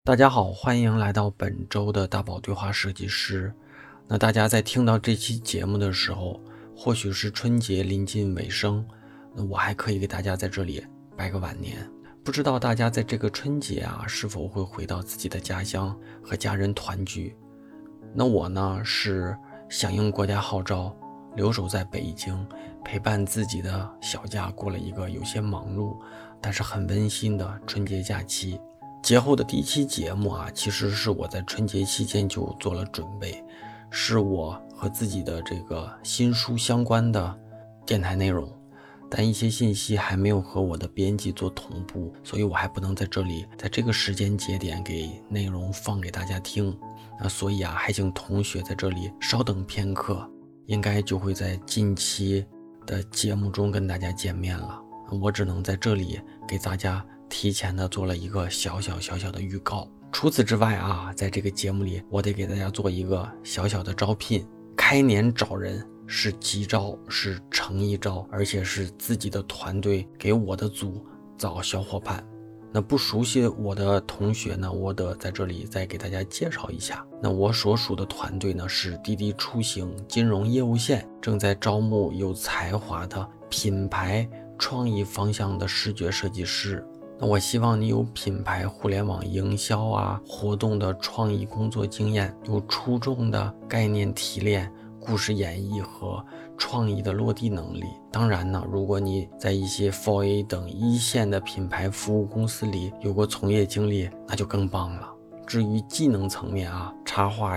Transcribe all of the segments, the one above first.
大家好，欢迎来到本周的大宝对话设计师。那大家在听到这期节目的时候，或许是春节临近尾声，那我还可以给大家在这里拜个晚年。不知道大家在这个春节是否会回到自己的家乡和家人团聚？那我呢，是响应国家号召，留守在北京，陪伴自己的小家过了一个有些忙碌，但是很温馨的春节假期。节后的第一期节目其实是我在春节期间就做了准备，是我和自己的这个新书相关的电台内容，但一些信息还没有和我的编辑做同步，所以我还不能在这里在这个时间节点给内容放给大家听。所以还请同学在这里稍等片刻，应该就会在近期的节目中跟大家见面了。我只能在这里给大家提前的做了一个小小的预告。除此之外在这个节目里，我得给大家做一个小小的招聘。开年找人是急招，是诚意招，而且是自己的团队给我的组找小伙伴。那不熟悉我的同学呢，我得在这里再给大家介绍一下。那我所属的团队呢，是滴滴出行金融业务线，正在招募有才华的品牌创意方向的视觉设计师。那我希望你有品牌互联网营销活动的创意工作经验，有出众的概念提炼、故事演绎和创意的落地能力。当然呢，如果你在一些 4A 等一线的品牌服务公司里有过从业经历，那就更棒了。至于技能层面插画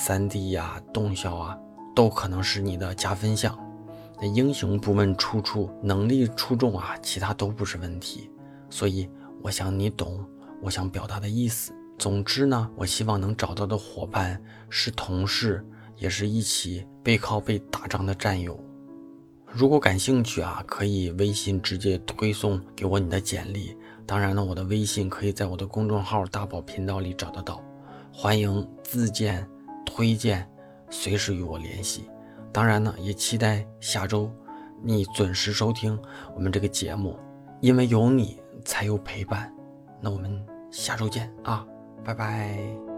3D 动效都可能是你的加分项。那英雄不问出处，能力出众其他都不是问题。所以我想你懂我想表达的意思。总之呢，我希望能找到的伙伴是同事，也是一起背靠背打仗的战友。如果感兴趣可以微信直接推送给我你的简历。当然呢，我的微信可以在我的公众号大宝频道里找得到，欢迎自荐推荐，随时与我联系。当然呢，也期待下周你准时收听我们这个节目，因为有你才有陪伴。那我们下周见拜拜。